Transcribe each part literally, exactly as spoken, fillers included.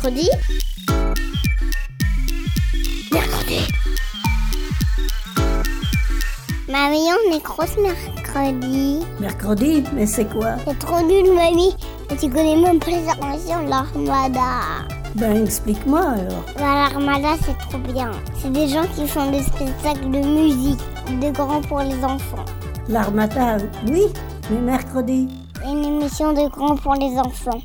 mercredi. Mercredi. Mamie, on est grosse mercredi. Mercredi, mais c'est quoi? C'est trop nul, mamie. Et tu connais même pas les armations de l'Armada. Ben, explique-moi alors. Bah, l'Armada, c'est trop bien. C'est des gens qui font des spectacles de musique, de grands pour les enfants. L'Armada, oui, mais mercredi. Une émission de grands pour les enfants.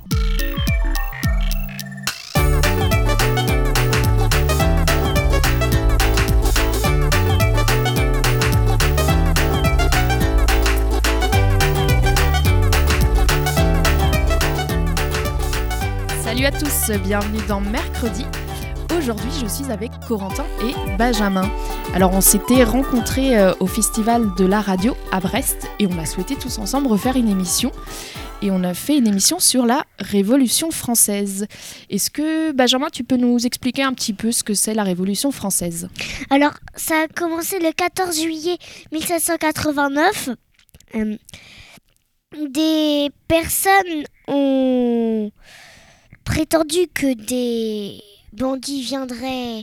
Salut à tous, bienvenue dans Mercredi. Aujourd'hui, je suis avec Corentin et Benjamin. Alors, on s'était rencontrés euh, au Festival de la radio à Brest et on a souhaité tous ensemble refaire une émission. Et on a fait une émission sur la Révolution française. Est-ce que, Benjamin, tu peux nous expliquer un petit peu ce que c'est la Révolution française ? Alors, ça a commencé le quatorze juillet mille sept cent quatre-vingt-neuf. Euh, des personnes ont prétendu que des bandits viendraient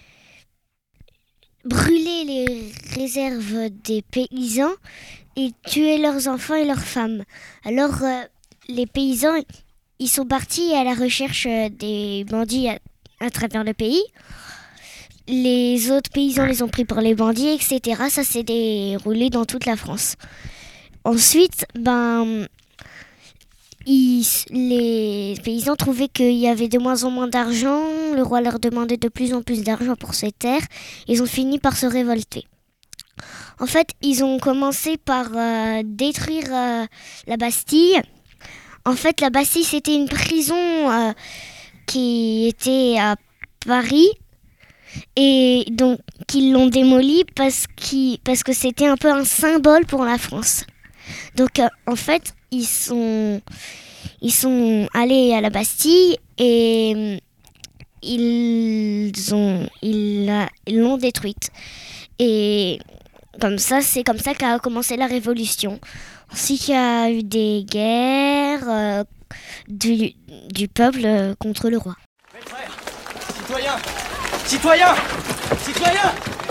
brûler les réserves des paysans et tuer leurs enfants et leurs femmes. Alors, euh, les paysans, ils sont partis à la recherche des bandits à, à travers le pays. Les autres paysans les ont pris pour les bandits, et cetera. Ça s'est déroulé dans toute la France. Ensuite, ben, ils, les paysans trouvaient qu'il y avait de moins en moins d'argent. Le roi leur demandait de plus en plus d'argent pour ces terres. Ils ont fini par se révolter. En fait, ils ont commencé par euh, détruire euh, la Bastille. En fait, la Bastille, c'était une prison euh, qui était à Paris. Et donc, ils l'ont démolie parce, qu'ils, parce que c'était un peu un symbole pour la France. Donc, euh, en fait, ils sont, ils sont allés à la Bastille et euh, ils, ont, ils, la, ils l'ont détruite. Et comme ça, c'est comme ça qu'a commencé la Révolution. Ensuite, il y a eu des guerres euh, du, du peuple euh, contre le roi. Mes frères, citoyens, citoyens, citoyens,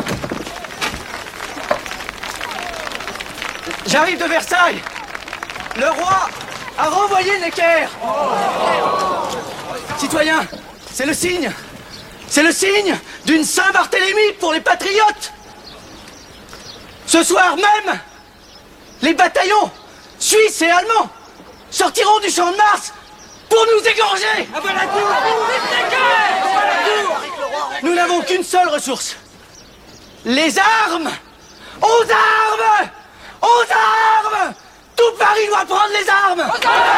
j'arrive de Versailles. Le roi a renvoyé Necker. Citoyens, c'est le signe, c'est le signe d'une Saint-Barthélemy pour les patriotes. Ce soir même, les bataillons suisses et allemands sortiront du champ de Mars pour nous égorger. À bas la cour. Nous n'avons qu'une seule ressource. Les armes. Aux armes. Aux armes. Tout Paris doit prendre les armes.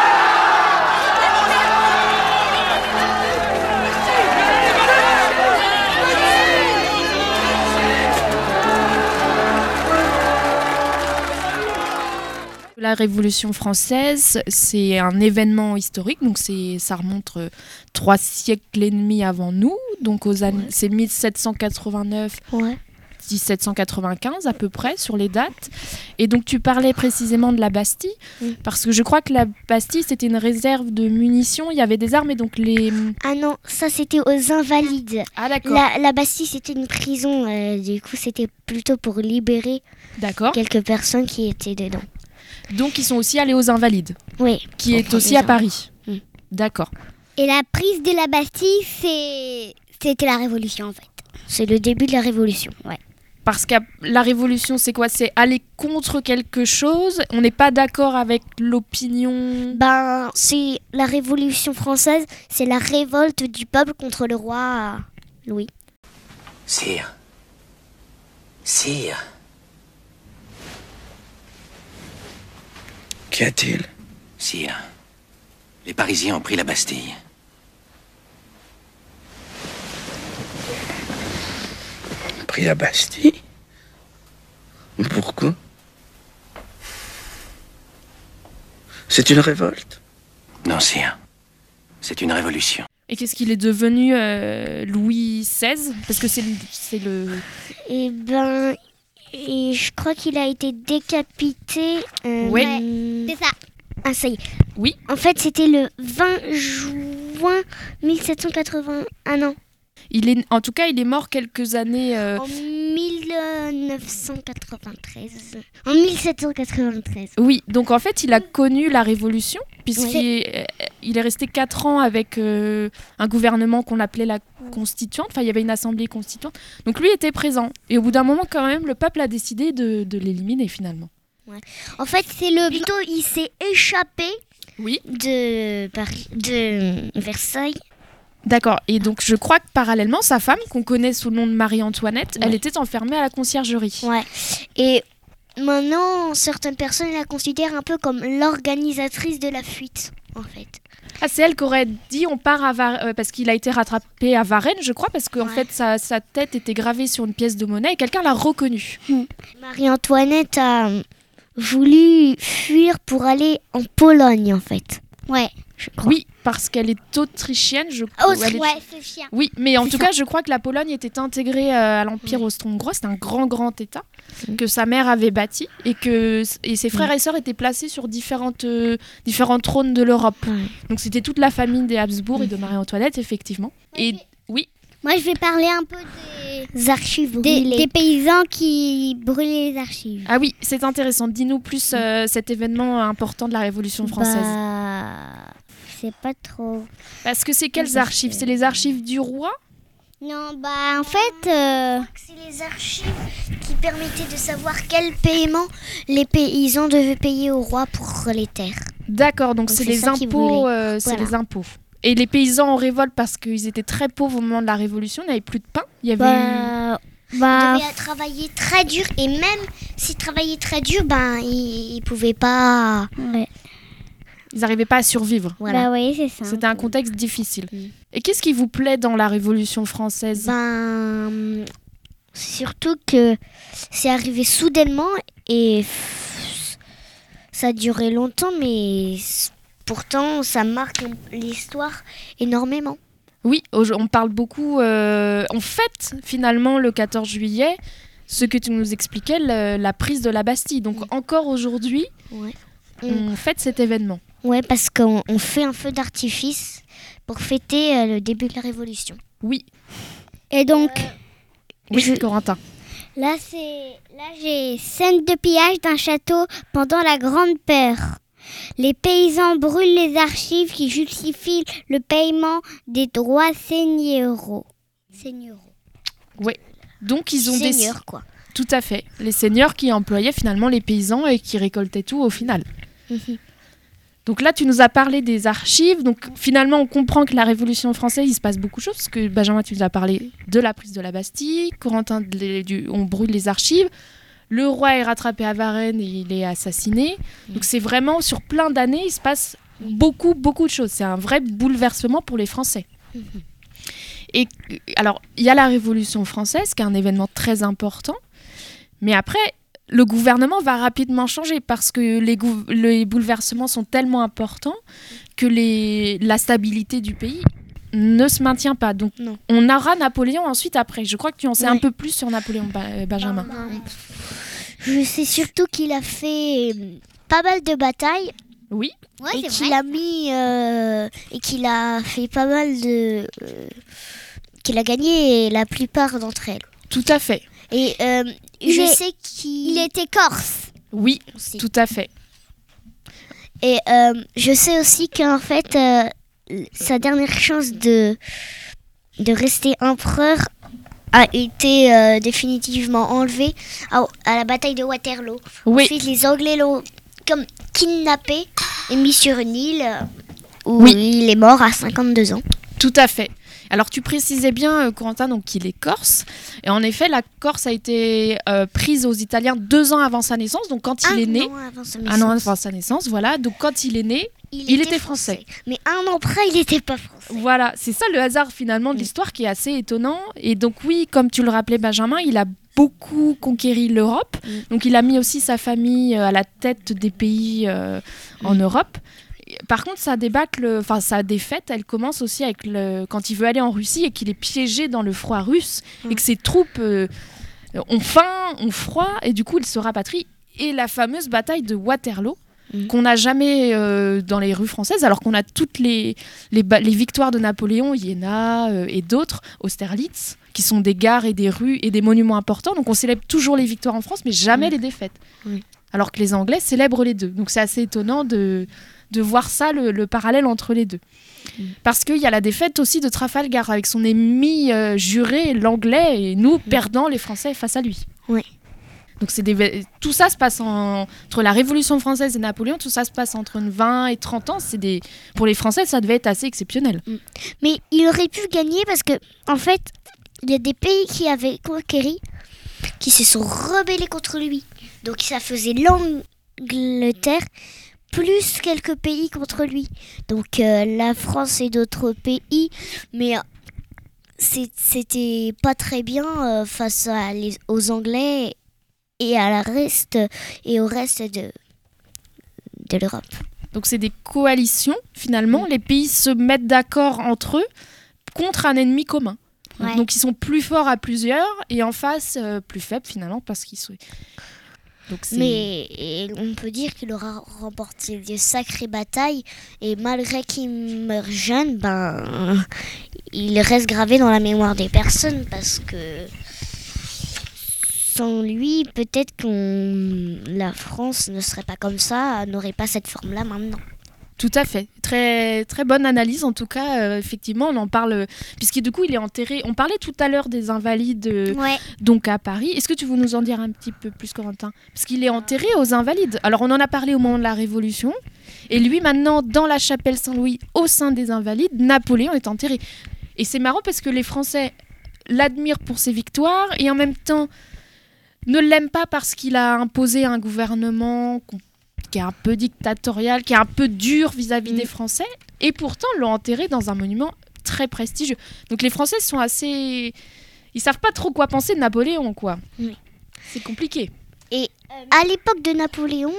La Révolution française, c'est un événement historique, donc c'est, ça remonte euh, trois siècles et demi avant nous, donc aux années, ouais. C'est mille sept cent quatre-vingt-neuf, ouais. dix-sept cent quatre-vingt-quinze à peu près sur les dates. Et donc tu parlais précisément de la Bastille, mm. parce que je crois que la Bastille c'était une réserve de munitions, il y avait des armes et donc les... Ah non, ça c'était aux Invalides. Ah d'accord. La, la Bastille c'était une prison, euh, du coup c'était plutôt pour libérer d'accord. quelques personnes qui étaient dedans. Donc ils sont aussi allés aux Invalides, oui, qui est aussi à Paris. Mmh. D'accord. Et la prise de la Bastille, c'est... c'était la Révolution en fait. C'est le début de la Révolution, ouais. Parce que la Révolution, c'est quoi ? C'est aller contre quelque chose ? On n'est pas d'accord avec l'opinion ? Ben, c'est la Révolution française, c'est la révolte du peuple contre le roi Louis. Sire. Sire. Qu'y a-t-il ? Sire, les Parisiens ont pris la Bastille. Pris la Bastille ? Pourquoi ? C'est une révolte ? Non, sire. C'est une révolution. Et qu'est-ce qu'il est devenu euh, Louis seize ? Parce que c'est le... C'est le... Eh ben, et je crois qu'il a été décapité. Euh, oui. Ouais, c'est ça. Ah, ça y est. Oui. En fait, c'était le vingt juillet quatre-vingts, mille sept cent quatre-vingts. Ah non. Il est, en tout cas, il est mort quelques années. Euh... En mille neuf cent quatre-vingt-treize. En mille sept cent quatre-vingt-treize. Oui, donc en fait, il a connu la Révolution, puisqu'il est, il est resté quatre ans avec euh, un gouvernement qu'on appelait la Constituante. Enfin, il y avait une assemblée constituante. Donc lui était présent. Et au bout d'un moment, quand même, le peuple a décidé de, de l'éliminer finalement. Ouais. En fait, c'est le plutôt il s'est échappé oui. de Paris, de Versailles. D'accord. Et donc, je crois que parallèlement, sa femme, qu'on connaît sous le nom de Marie-Antoinette, ouais. elle était enfermée à la conciergerie. Ouais. Et maintenant, certaines personnes la considèrent un peu comme l'organisatrice de la fuite, en fait. Ah, c'est elle qui aurait dit on part à Varennes, euh, parce qu'il a été rattrapé à Varennes, je crois, parce qu'en ouais. fait, sa, sa tête était gravée sur une pièce de monnaie et quelqu'un l'a reconnue. Mmh. Marie-Antoinette a voulu fuir pour aller en Pologne, en fait. Ouais. Oui, parce qu'elle est autrichienne. Je... Oh, elle est... ouais, c'est chien. Oui, mais en c'est tout ça. cas, je crois que la Pologne était intégrée euh, à l'Empire ouais. austro-hongrois. C'est un grand, grand État mmh. que sa mère avait bâti et que et ses frères mmh. et sœurs étaient placés sur différentes, euh, différents trônes de l'Europe. Ouais. Donc, c'était toute la famille des Habsbourg mmh. et de Marie-Antoinette, effectivement. Et okay. oui. Moi, je vais parler un peu des archives des, des paysans qui brûlaient les archives. Ah oui, c'est intéressant. Dis-nous plus euh, cet événement important de la Révolution française. Bah... C'est pas trop. Parce que c'est quelles archives ? C'est les archives du roi ? Non, bah en fait... Euh... C'est les archives qui permettaient de savoir quel paiement les paysans devaient payer au roi pour les terres. D'accord, donc, donc c'est, c'est les impôts, euh, c'est voilà. les impôts. Et les paysans en révolte parce qu'ils étaient très pauvres au moment de la Révolution, il n'y avait plus de pain. Il y avait bah... Bah... Ils devaient travailler très dur et même s'ils travaillaient très dur, ben ils, ils pouvaient pas... Ouais. Ils n'arrivaient pas à survivre. Voilà. Bah oui, c'est ça. C'était un contexte difficile. Mmh. Et qu'est-ce qui vous plaît dans la Révolution française ? Ben, surtout que c'est arrivé soudainement et ça a duré longtemps, mais pourtant ça marque l'histoire énormément. Oui, on parle beaucoup. Euh, on fête finalement le quatorze juillet, ce que tu nous expliquais, le, la prise de la Bastille. Donc mmh. encore aujourd'hui, ouais. on mmh. fête cet événement. Ouais, parce qu'on on fait un feu d'artifice pour fêter euh, le début de la Révolution. Oui. Et donc... Euh, oui, je... Corentin. Là, c'est... Là, j'ai scène de pillage d'un château pendant la Grande Peur. Les paysans brûlent les archives qui justifient le paiement des droits seigneuraux. Seigneuraux. Oui. Donc, ils ont des... des... Seigneurs, quoi. Tout à fait. Les seigneurs qui employaient finalement les paysans et qui récoltaient tout au final. Mm-hmm. Donc là, tu nous as parlé des archives. Donc finalement, on comprend que la Révolution française, il se passe beaucoup de choses. Parce que Benjamin, tu nous as parlé de la prise de la Bastille. Corentin, les, du, on brûle les archives. Le roi est rattrapé à Varennes et il est assassiné. Donc c'est vraiment, sur plein d'années, il se passe beaucoup, beaucoup de choses. C'est un vrai bouleversement pour les Français. Et alors, il y a la Révolution française, qui est un événement très important. Mais après... le gouvernement va rapidement changer parce que les, gou- les bouleversements sont tellement importants que les, la stabilité du pays ne se maintient pas. Donc, non. On aura Napoléon ensuite après. Je crois que tu en sais ouais. un peu plus sur Napoléon, ba- Benjamin. Euh, je sais surtout qu'il a fait pas mal de batailles. Oui. Ouais, et qu'il vrai. a mis euh, et qu'il a fait pas mal de euh, qu'il a gagné la plupart d'entre elles. Tout à fait. Et euh, il je est, sais qu'il il était corse. Oui, aussi. Tout à fait. Et euh, je sais aussi qu'en fait, euh, sa dernière chance de, de rester empereur a été euh, définitivement enlevée à, à la bataille de Waterloo. Oui. Ensuite, les Anglais l'ont comme kidnappé et mis sur une île où oui. il est mort à cinquante-deux ans. Tout à fait. Alors tu précisais bien, euh, Corentin, donc qu'il est corse. Et en effet, la Corse a été euh, prise aux Italiens deux ans avant sa naissance. Donc quand ah, il est né, non, avant sa naissance. un an avant sa naissance, voilà. Donc quand il est né, il, il était, était français. français. Mais un an après, il n'était pas français. Voilà, c'est ça le hasard finalement de l'histoire qui est assez étonnant. Et donc oui, comme tu le rappelais, Benjamin, il a beaucoup conquéri l'Europe. Mm. Donc il a mis aussi sa famille à la tête des pays euh, en mm. Europe. Par contre, sa débâcle, enfin sa défaite, elle commence aussi avec le, quand il veut aller en Russie et qu'il est piégé dans le froid russe mmh. et que ses troupes euh, ont faim, ont froid et du coup il se rapatrie. Et la fameuse bataille de Waterloo, mmh. qu'on n'a jamais euh, dans les rues françaises, alors qu'on a toutes les, les, ba- les victoires de Napoléon, Iéna euh, et d'autres, Austerlitz, qui sont des gares et des rues et des monuments importants. Donc on célèbre toujours les victoires en France, mais jamais mmh. les défaites. Mmh. Alors que les Anglais célèbrent les deux. Donc c'est assez étonnant de, de voir ça, le, le parallèle entre les deux. Mmh. Parce qu'il y a la défaite aussi de Trafalgar, avec son ennemi euh, juré, l'Anglais, et nous, mmh. perdant les Français face à lui. Oui. Donc c'est des... tout ça se passe en... entre la Révolution française et Napoléon, tout ça se passe entre vingt et trente ans. C'est des... Pour les Français, ça devait être assez exceptionnel. Mmh. Mais il aurait pu gagner parce que, en fait, il y a des pays qui avaient conquéri, qui se sont rebellés contre lui. Donc ça faisait l'Angleterre plus quelques pays contre lui. Donc euh, la France et d'autres pays, mais c'est, c'était pas très bien euh, face à les, aux Anglais et à la reste et au reste de, de l'Europe. Donc c'est des coalitions, finalement. Mmh. Les pays se mettent d'accord entre eux contre un ennemi commun. Ouais. Donc ils sont plus forts à plusieurs et en face euh, plus faibles finalement parce qu'ils sont... Donc c'est... Mais et on peut dire qu'il aura remporté des sacrées batailles et malgré qu'il meurt jeune, ben, il reste gravé dans la mémoire des personnes parce que sans lui, peut-être que la France ne serait pas comme ça, n'aurait pas cette forme-là maintenant. Tout à fait. Très, très bonne analyse, en tout cas. Euh, effectivement, on en parle, puisque du coup, il est enterré. On parlait tout à l'heure des Invalides, euh, ouais. donc à Paris. Est-ce que tu veux nous en dire un petit peu plus, Corentin ? Parce qu'il est enterré aux Invalides. Alors, on en a parlé au moment de la Révolution. Et lui, maintenant, dans la chapelle Saint-Louis, au sein des Invalides, Napoléon est enterré. Et c'est marrant parce que les Français l'admirent pour ses victoires et en même temps ne l'aiment pas parce qu'il a imposé un gouvernement qui est un peu dictatorial, qui est un peu dur vis-à-vis mmh. des Français, et pourtant l'ont enterré dans un monument très prestigieux. Donc les Français sont assez... Ils savent pas trop quoi penser de Napoléon, quoi. Mmh. C'est compliqué. Et à l'époque de Napoléon,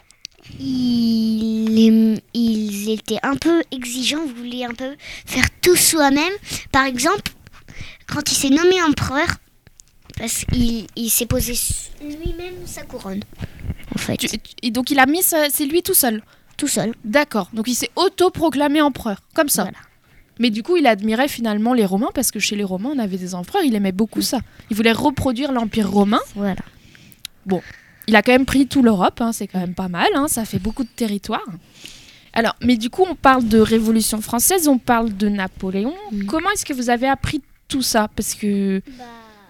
ils, ils étaient un peu exigeants, voulaient un peu faire tout soi-même. Par exemple, quand il s'est nommé empereur, parce qu'il il s'est posé lui-même sa couronne. En fait. Tu, et donc il a mis sa, c'est lui tout seul. Tout seul. D'accord. Donc il s'est auto-proclamé empereur, comme ça. Voilà. Mais du coup, il admirait finalement les Romains parce que chez les Romains, on avait des empereurs. Il aimait beaucoup ça. Il voulait reproduire l'empire romain. Voilà. Bon, il a quand même pris toute l'Europe. Hein, c'est quand même pas mal. Hein, ça fait beaucoup de territoire. Alors, mais du coup, on parle de Révolution française, on parle de Napoléon. Mmh. Comment est-ce que vous avez appris tout ça ? Parce que bah...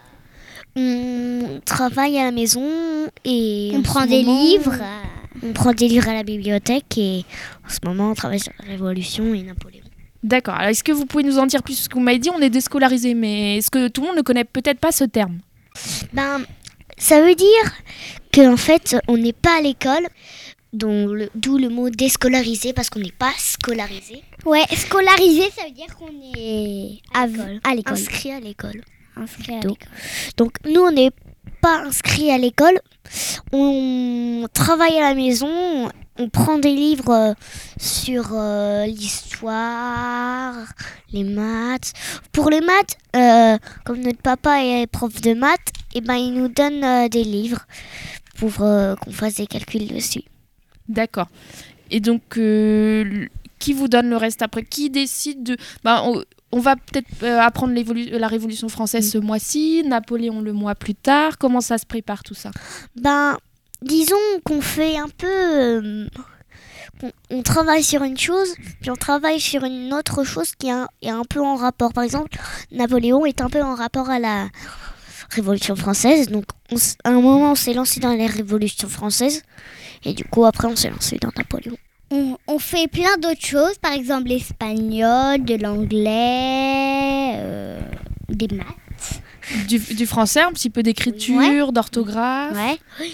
On travaille à la maison et on prend des moment, livres. On prend des livres à la bibliothèque et en ce moment on travaille sur la Révolution et Napoléon. D'accord. Alors est-ce que vous pouvez nous en dire plus ? Parce que vous m'avez dit on est déscolarisé, mais est-ce que tout le monde ne connaît peut-être pas ce terme ? Ben, ça veut dire qu'en fait on n'est pas à l'école, donc le, d'où le mot déscolarisé parce qu'on n'est pas scolarisé. Ouais, scolarisé ça veut dire qu'on est à l'école. À l'école. Inscrit à l'école. Inscrit à donc, l'école. donc nous on n'est pas inscrits à l'école, on travaille à la maison, on prend des livres sur euh, l'histoire, les maths. Pour les maths, euh, comme notre papa est prof de maths, et ben il nous donne euh, des livres pour euh, qu'on fasse des calculs dessus. D'accord. Et donc euh, qui vous donne le reste après ? Qui décide de... Ben, on... On va peut-être euh, apprendre la Révolution française mmh. ce mois-ci, Napoléon le mois plus tard. Comment ça se prépare tout ça ? Ben, disons qu'on fait un peu... Euh, on, on travaille sur une chose, puis on travaille sur une autre chose qui est un, est un peu en rapport. Par exemple, Napoléon est un peu en rapport à la Révolution française. Donc, on, à un moment, on s'est lancé dans la Révolution française. Et du coup, après, on s'est lancé dans Napoléon. On, on fait plein d'autres choses, par exemple l'espagnol, de l'anglais, euh, des maths. Du, du français, un petit peu d'écriture, ouais. d'orthographe. Ouais.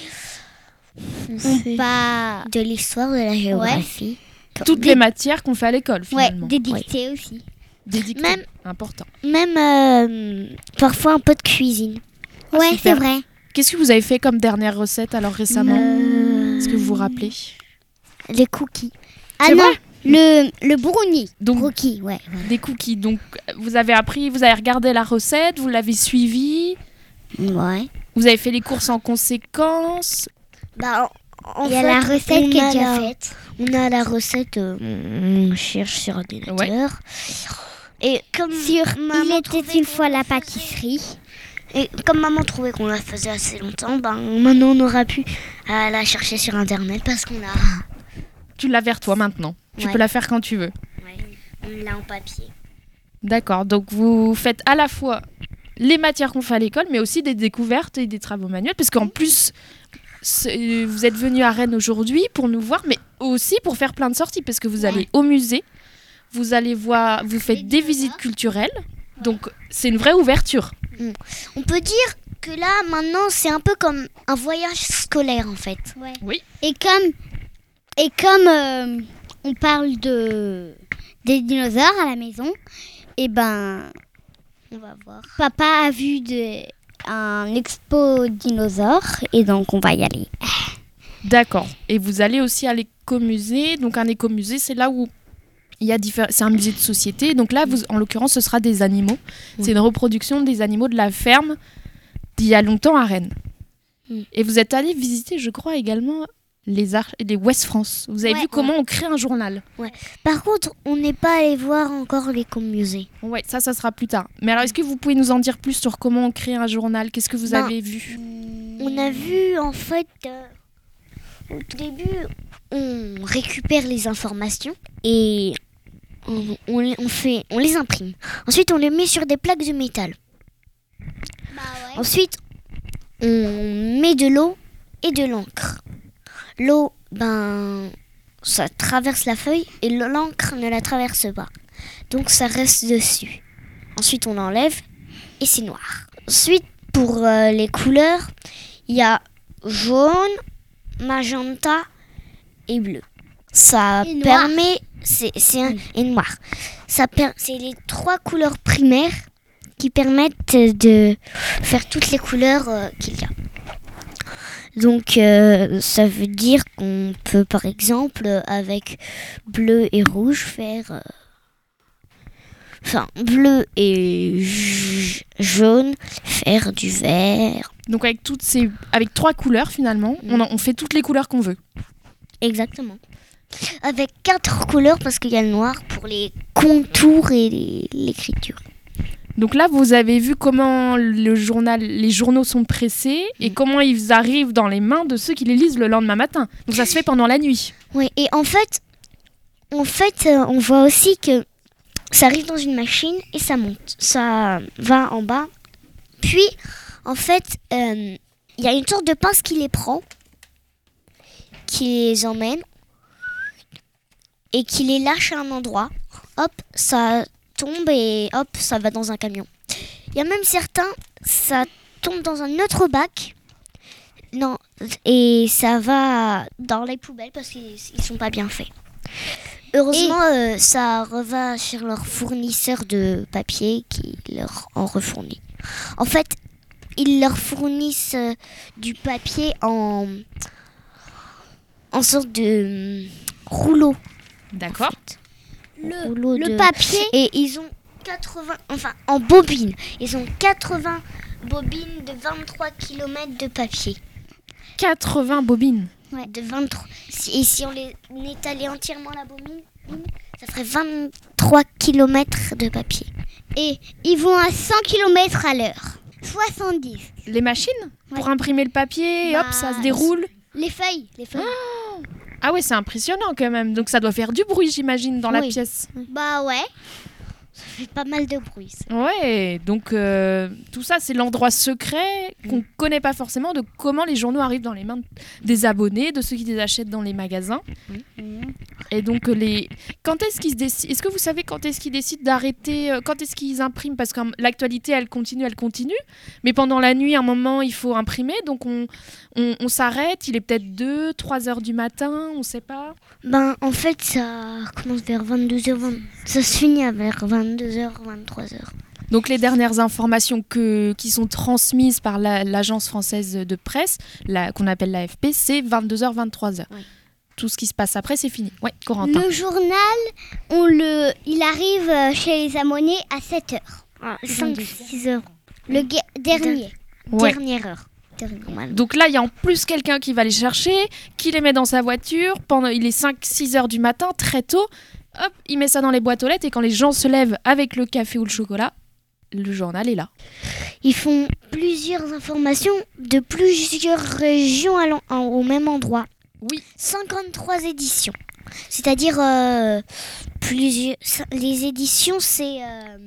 On parle de l'histoire, de la géographie. Ouais. Toutes des... les matières qu'on fait à l'école, finalement. Ouais, des dictées ouais. aussi. Des dictées, même, important. Même euh, parfois un peu de cuisine. Ah, ouais, super. C'est vrai. Qu'est-ce que vous avez fait comme dernière recette alors récemment ? euh... Est-ce que vous vous rappelez ? Les cookies. Ah c'est non, vrai le, le brownie. Donc, cookies, ouais. Des cookies. Donc, vous avez appris, vous avez regardé la recette, vous l'avez suivie. Ouais. Vous avez fait les courses en conséquence. Bah, En Il y a fait, la recette on qui est a déjà la- faite. On a la recette, euh, on cherche sur ordinateur. Et comme Sur maman Il était trouvait une qu'on fois la faisait- pâtisserie. Et comme maman trouvait qu'on la faisait assez longtemps, ben maintenant on aura pu euh, la chercher sur internet parce qu'on l'a, Tu l'as vers toi maintenant. Tu Ouais. peux la faire quand tu veux. on l'a en papier. D'accord, donc vous faites à la fois les matières qu'on fait à l'école, mais aussi des découvertes et des travaux manuels, parce qu'en plus, c'est- vous êtes venu à Rennes aujourd'hui pour nous voir, mais aussi pour faire plein de sorties, parce que vous allez au musée, vous allez voir, vous faites des visites culturelles, donc c'est une vraie ouverture. On peut dire que là maintenant c'est un peu comme un voyage scolaire en fait. Et comme, et comme euh, on parle de, des dinosaures à la maison, et ben, On va voir. papa a vu de, un expo dinosaures et donc on va y aller. D'accord, et vous allez aussi à l'écomusée, donc un écomusée, c'est là où il y a diffé- c'est un musée de société, donc là, vous, en l'occurrence, ce sera des animaux. C'est une reproduction des animaux de la ferme d'il y a longtemps à Rennes. Mm. Et vous êtes allé visiter, je crois, également les, ar- les Ouest France. Vous avez Ouais, vu comment on crée un journal. Par contre, on n'est pas allé voir encore l'écomusée. Ouais, ça, ça sera plus tard. Mais alors, est-ce que vous pouvez nous en dire plus sur comment on crée un journal? Qu'est-ce que vous Ben, avez vu? On a vu en fait euh, au tout début, on récupère les informations et on, on les- on fait, on les imprime. Ensuite, on les met sur des plaques de métal. Ensuite, on met de l'eau et de l'encre. L'eau, ben, ça traverse la feuille et l'encre ne la traverse pas. Donc, ça reste dessus. Ensuite, on l'enlève et c'est noir. Ensuite, pour euh, les couleurs, il y a jaune, magenta et bleu. Ça Et noir. permet, c'est, c'est un, et noir. Ça per- c'est les trois couleurs primaires qui permettent de faire toutes les couleurs euh, qu'il y a. Donc, euh, ça veut dire qu'on peut, par exemple, avec bleu et rouge, faire... euh, Enfin, bleu et j- jaune, faire du vert. Donc, avec, toutes ces... avec trois couleurs, finalement, Mm. on, en- on fait toutes les couleurs qu'on veut. Exactement. Avec quatre couleurs, parce qu'il y a le noir pour les contours et les- l'écriture. Donc là, vous avez vu comment le journal, les journaux sont pressés et Mm. comment ils arrivent dans les mains de ceux qui les lisent le lendemain matin. Donc ça se fait pendant la nuit. Oui, et en fait, en fait, euh, on voit aussi que ça arrive dans une machine et ça monte. Ça va en bas. Puis, en fait, euh, il y a une sorte de pince qui les prend, qui les emmène et qui les lâche à un endroit. Hop, ça tombe et hop, ça va dans un camion. Il y a même certains, ça tombe dans un autre bac. Non, et ça va dans les poubelles parce qu'ils ne sont pas bien faits. Heureusement, euh, ça reva chez leur fournisseur de papier qui leur en refournit. En fait, ils leur fournissent euh, du papier en, en sorte de hum, rouleau. D'accord. Le, Rouleau le de- papier, Et ils ont quatre-vingts, enfin en bobines, ils ont quatre-vingts bobines de vingt-trois kilomètres de papier. quatre-vingts bobines. De vingt-trois. Si- Et si on les étalait entièrement la bobine, ça ferait vingt-trois kilomètres de papier. et ils vont à cent kilomètres à l'heure. soixante-dix. Les machines pour imprimer le papier, et Bah, hop, ça se déroule. Les feuilles, les feuilles. Ah ouais, c'est impressionnant quand même. Donc ça doit faire du bruit, j'imagine, dans la Oui. pièce. Bah ouais. Ça fait pas mal de bruit. ça. Ouais, donc euh, tout ça, c'est l'endroit secret qu'on connaît pas forcément de comment les journaux arrivent dans les mains des abonnés, de ceux qui les achètent dans les magasins. Et donc, euh, les... quand est-ce qu'ils se décident Est-ce que vous savez quand est-ce qu'ils décident d'arrêter euh, Quand est-ce qu'ils impriment? Parce que euh, l'actualité, elle continue, elle continue. Mais pendant la nuit, à un moment, il faut imprimer. Donc, on, on, on s'arrête. Il est peut-être deux, trois heures du matin, on sait pas. Ben, en fait, ça commence vers vingt-deux heures, vingt... ça se finit à vers vingt-deux heures, vingt-trois heures. Donc, les dernières informations que, qui sont transmises par la- l'agence française de presse, la- qu'on appelle l'A F P, c'est vingt-deux heures, vingt-trois heures. Oui. Tout ce qui se passe après, c'est fini. Ouais, Corentin. Le journal, on le, il arrive euh, chez les abonnés à sept heures. Ah, cinq six heures. Le gue- dernier. Ouais. Dernière heure. Normal. Donc là, il y a en plus quelqu'un qui va les chercher, qui les met dans sa voiture. Pendant, il est cinq six heures du matin, très tôt. Hop, il met ça dans les boîtes aux lettres. Et quand les gens se lèvent avec le café ou le chocolat, le journal est là. Ils font plusieurs informations de plusieurs régions à l'en- en- au même endroit. Oui. cinquante-trois éditions. C'est-à-dire, euh, plusieurs... les éditions, c'est euh,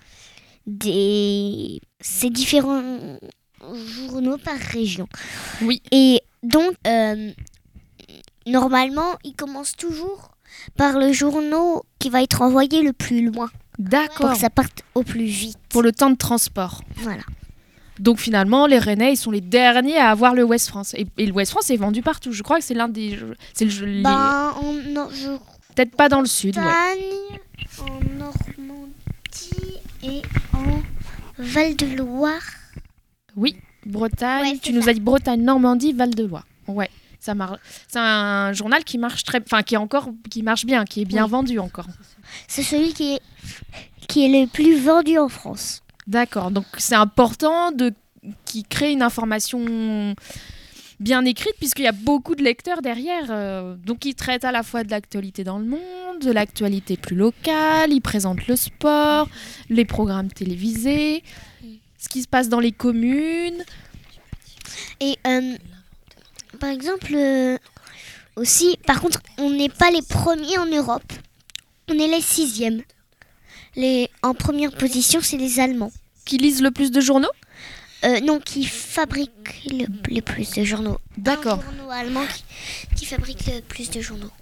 des... c'est différents journaux par région. Oui. Et donc, euh, normalement, ils commencent toujours par le journal qui va être envoyé le plus loin. Pour D'accord. que ça parte au plus vite. Pour le temps de transport. Voilà. Donc finalement, les Rennais, ils sont les derniers à avoir le Ouest France. Et, et le Ouest France est vendu partout. Je crois que c'est l'un des... C'est le, les- Ben, en, non, je Peut-être pas dans le sud, ouais. Bretagne, en Normandie et en Val-de-Loire. Oui, Bretagne. Ouais, c'est tu nous ça. as dit Bretagne, Normandie, Val-de-Loire. Ouais, ça marche. C'est un journal qui marche très, enfin qui est encore, qui marche bien, qui est bien Oui. vendu encore. C'est celui qui est, qui est le plus vendu en France. D'accord. Donc c'est important de qui crée une information bien écrite puisqu'il y a beaucoup de lecteurs derrière. euh, donc ils traitent à la fois de l'actualité dans le monde, de l'actualité plus locale. Ils présentent le sport, les programmes télévisés, ce qui se passe dans les communes. Et euh, par exemple, euh, aussi, par contre, on n'est pas les premiers en Europe. On est les sixièmes. Les, en première position, c'est les Allemands. Qui lisent le plus de journaux? Euh, non, qui fabriquent le, le plus de journaux. D'accord. Un journaux allemand qui, qui fabrique le plus de journaux.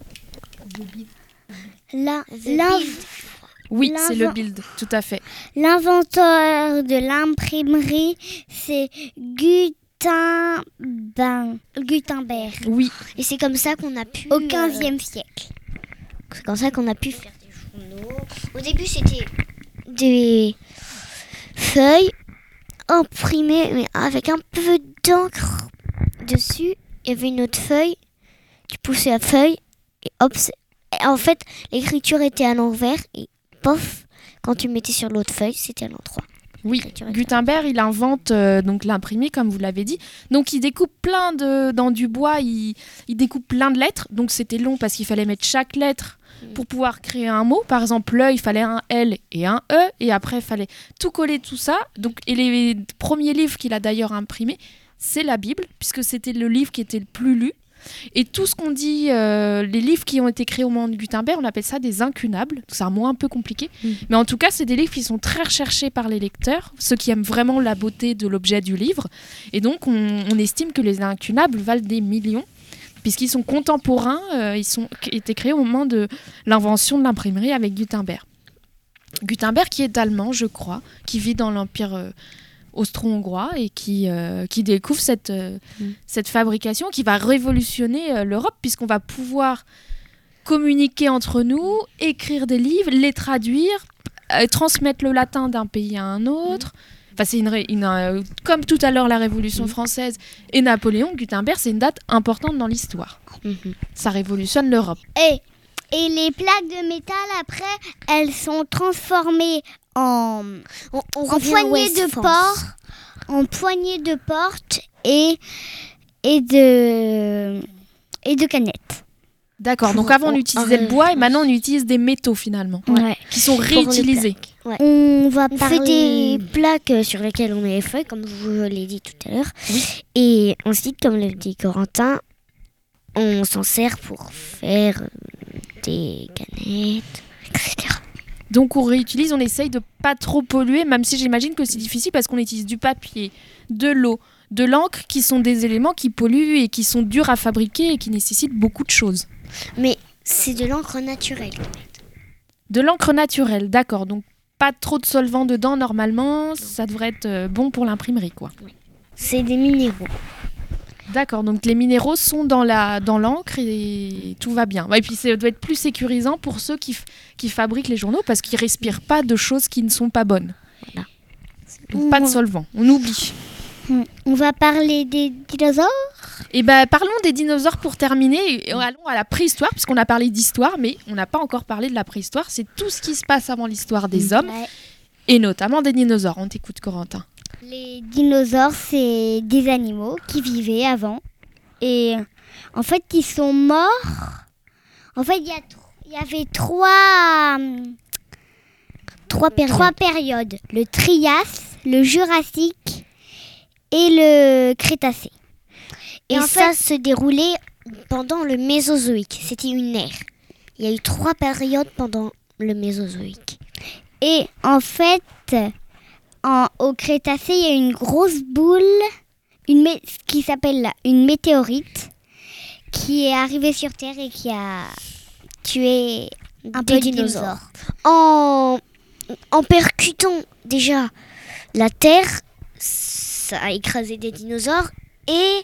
La- The l'in- Bild. Oui, c'est le L'invent- Bild, tout à fait. L'inventeur de l'imprimerie, c'est Gutenberg. Gutenberg. Oui, Et c'est comme ça qu'on a pu... Au euh, quinzième siècle. c'est comme ça qu'on a pu faire des journaux. Au début, c'était des feuilles imprimées, mais avec un peu d'encre dessus. Il y avait une autre feuille. Tu poussais la feuille et hop. c'est- et en fait, l'écriture était à l'envers et pof, quand tu mettais sur l'autre feuille, c'était à l'endroit. oui. L'écriture était- Gutenberg, il invente euh, donc l'imprimé, comme vous l'avez dit. Donc il découpe plein de dans du bois. Il, il découpe plein de lettres. Donc c'était long parce qu'il fallait mettre chaque lettre pour pouvoir créer un mot. Par exemple, l'E, il fallait un L et un E. Et après, il fallait tout coller, tout ça. Donc, et les premiers livres qu'il a d'ailleurs imprimés, c'est la Bible, puisque c'était le livre qui était le plus lu. Et tout ce qu'on dit, euh, les livres qui ont été créés au moment de Gutenberg, on appelle ça des incunables. C'est un mot un peu compliqué. Mm. Mais en tout cas, c'est des livres qui sont très recherchés par les lecteurs, ceux qui aiment vraiment la beauté de l'objet du livre. Et donc, on, on estime que les incunables valent des millions, puisqu'ils sont contemporains, euh, ils ont été créés au moment de l'invention de l'imprimerie avec Gutenberg. Gutenberg qui est allemand, je crois, qui vit dans l'Empire euh, austro-hongrois et qui, euh, qui découvre cette, euh, Mm. cette fabrication qui va révolutionner euh, l'Europe, puisqu'on va pouvoir communiquer entre nous, écrire des livres, les traduire, euh, transmettre le latin d'un pays à un autre. Enfin, c'est une, ré- une, euh, comme tout à l'heure la Révolution française et Napoléon, Gutenberg, c'est une date importante dans l'histoire. Mhm. Ça révolutionne l'Europe. Et, et les plaques de métal, après, elles sont transformées en, On, on en revient à poignées West de France. porte, en poignées de porte et, et de et de canettes. D'accord, donc Pour- avant on on- utilisait le en bois et référence. maintenant on utilise des métaux finalement, Ouais. qui sont Pour les réutilisés. On va On parler fait des plaques euh, sur lesquelles on met les feuilles, comme je vous l'ai dit tout à l'heure. Oui. Et ensuite, comme le dit Corentin, on s'en sert pour faire euh, des canettes, et cetera. Donc on réutilise, on essaye de pas trop polluer, même si j'imagine que c'est difficile parce qu'on utilise du papier, de l'eau, de l'encre, qui sont des éléments qui polluent et qui sont durs à fabriquer et qui nécessitent beaucoup de choses. Mais c'est de l'encre naturelle. De l'encre naturelle, d'accord, donc pas trop de solvant dedans normalement, ça devrait être euh, bon pour l'imprimerie quoi. C'est des minéraux. D'accord, donc les minéraux sont dans la dans l'encre et tout va bien. Ouais, et puis ça doit être plus sécurisant pour ceux qui, f- qui fabriquent les journaux parce qu'ils respirent pas de choses qui ne sont pas bonnes. Voilà. Donc pas de solvant, on oublie. On va parler des dinosaures. Et ben parlons des dinosaures pour terminer. Et allons à la préhistoire puisqu'on a parlé d'histoire, mais on n'a pas encore parlé de la préhistoire. C'est tout ce qui se passe avant l'histoire des hommes Ouais. et notamment des dinosaures. On t'écoute, Corentin. Les dinosaures, c'est des animaux qui vivaient avant. Et en fait, ils sont morts. En fait, il y, a tr- il y avait trois, hum, Trois périodes. trois périodes. Le Trias, le Jurassique et le Crétacé. Et, Et en ça se déroulait pendant le Mésozoïque. C'était une ère. Il y a eu trois périodes pendant le Mésozoïque. Et en fait, en, au Crétacé, il y a une grosse boule une mé- qui s'appelle là, une météorite qui est arrivée sur Terre et qui a tué un Des peu de dinosaures. dinosaures. En, en percutant déjà la Terre, ça a écrasé des dinosaures. Et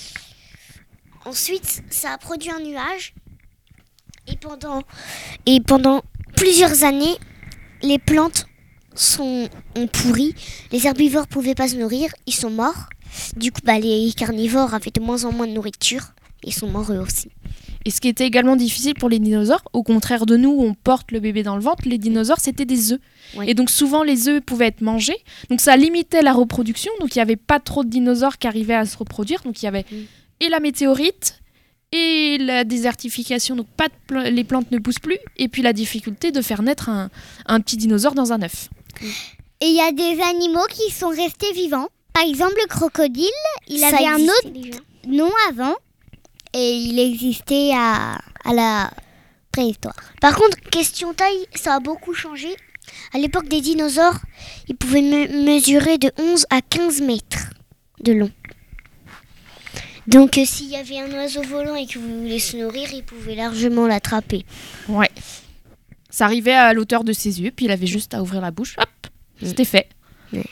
ensuite, ça a produit un nuage. Et pendant, et pendant plusieurs années, les plantes sont, ont pourri. Les herbivores ne pouvaient pas se nourrir. Ils sont morts. Du coup, bah, les carnivores avaient de moins en moins de nourriture. Ils sont morts eux aussi. Et ce qui était également difficile pour les dinosaures, au contraire de nous, on porte le bébé dans le ventre, les dinosaures, c'était des œufs. Oui. Et donc souvent, les œufs pouvaient être mangés. Donc ça limitait la reproduction. Donc il n'y avait pas trop de dinosaures qui arrivaient à se reproduire. Donc il y avait Mm. et la météorite et la désertification. Donc pas de pla- les plantes ne poussent plus. Et puis la difficulté de faire naître un, un petit dinosaure dans un œuf. Et il y a des animaux qui sont restés vivants. Par exemple, le crocodile, il Ça avait un existait autre déjà. nom avant et il existait à, à la préhistoire. Par contre, question taille, ça a beaucoup changé. À l'époque des dinosaures, ils pouvaient me- mesurer de onze à quinze mètres de long. Donc euh, s'il y avait un oiseau volant et que vous voulez se nourrir, il pouvait largement l'attraper. Ouais. Ça arrivait à l'auteur de ses yeux, puis il avait juste à ouvrir la bouche, hop, c'était fait. Ouais.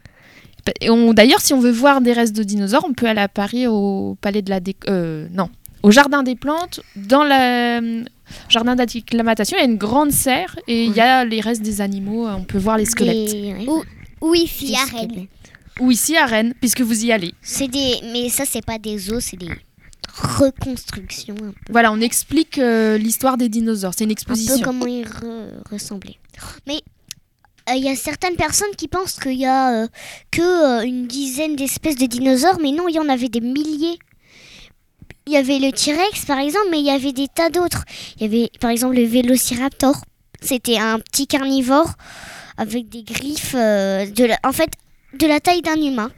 Et on- d'ailleurs, si on veut voir des restes de dinosaures, on peut aller à Paris au palais de la Dé- euh, non, au jardin des plantes, dans le jardin d'acclimatation, il y a une grande serre et il y a les restes des animaux, on peut voir les squelettes. Des- ouais, Ou, ou ici des à Rennes. squelettes. Ou ici à Rennes, puisque vous y allez. C'est des, mais ça c'est pas des os, c'est des reconstructions, un peu, Voilà, on explique euh, l'histoire des dinosaures, c'est une un exposition. peu comment ils re- ressemblaient. Mais euh, il y a certaines personnes qui pensent qu'il y a euh, que euh, une dizaine d'espèces de dinosaures, mais non, il y en avait des milliers. Il y avait le T-Rex par exemple, mais il y avait des tas d'autres. Il y avait par exemple le Vélociraptor. C'était un petit carnivore avec des griffes, euh, de la, en fait, de la taille d'un humain,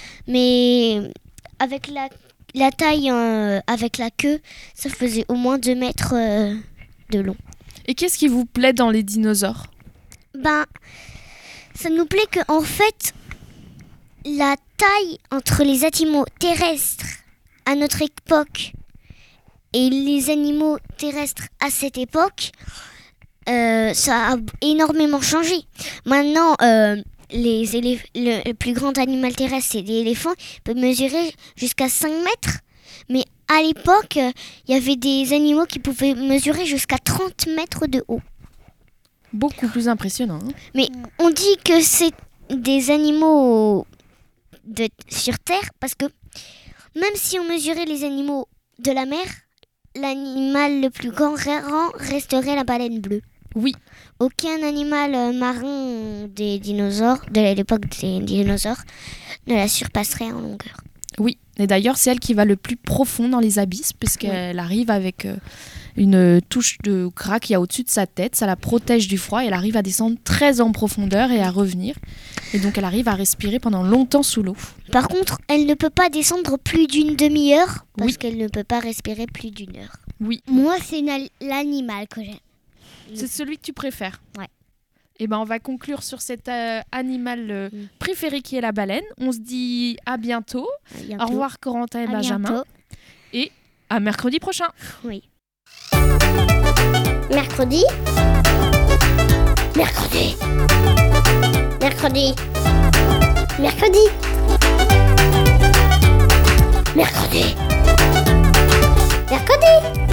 mais avec la, la taille, euh, avec la queue, ça faisait au moins deux mètres euh, de long. Et qu'est-ce qui vous plaît dans les dinosaures? Ben, ça nous plaît que en fait, la taille entre les animaux terrestres à notre époque et les animaux terrestres à cette époque, euh, ça a énormément changé. Maintenant, euh, les élé- le, le plus grand animal terrestre, c'est l'éléphant, il peut mesurer jusqu'à cinq mètres. Mais à l'époque, euh, il y avait des animaux qui pouvaient mesurer jusqu'à trente mètres de haut. Beaucoup plus impressionnant. hein. Mais on dit que c'est des animaux de, sur Terre parce que même si on mesurait les animaux de la mer, l'animal le plus grand rang resterait la baleine bleue. Oui. Aucun animal euh, marin des dinosaures, de l'époque des dinosaures, ne la surpasserait en longueur. Oui, et d'ailleurs, c'est elle qui va le plus profond dans les abysses, puisqu'elle arrive avec euh, une touche de gras qu'il y a au-dessus de sa tête. Ça la protège du froid et elle arrive à descendre très en profondeur et à revenir. Et donc, elle arrive à respirer pendant longtemps sous l'eau. Par contre, elle ne peut pas descendre plus d'une demi-heure parce Oui. qu'elle ne peut pas respirer plus d'une heure. Oui, Moi, c'est une al- l'animal que j'aime. c'est celui que tu préfères. Ouais. Et ben, on va conclure sur cet euh, animal euh, Mm. préféré qui est la baleine. On se dit à bientôt. À bientôt. Au revoir, Corentin et À Benjamin. bientôt. À mercredi prochain. Oui. Mercredi. Mercredi. Mercredi. Mercredi. Mercredi. Mercredi.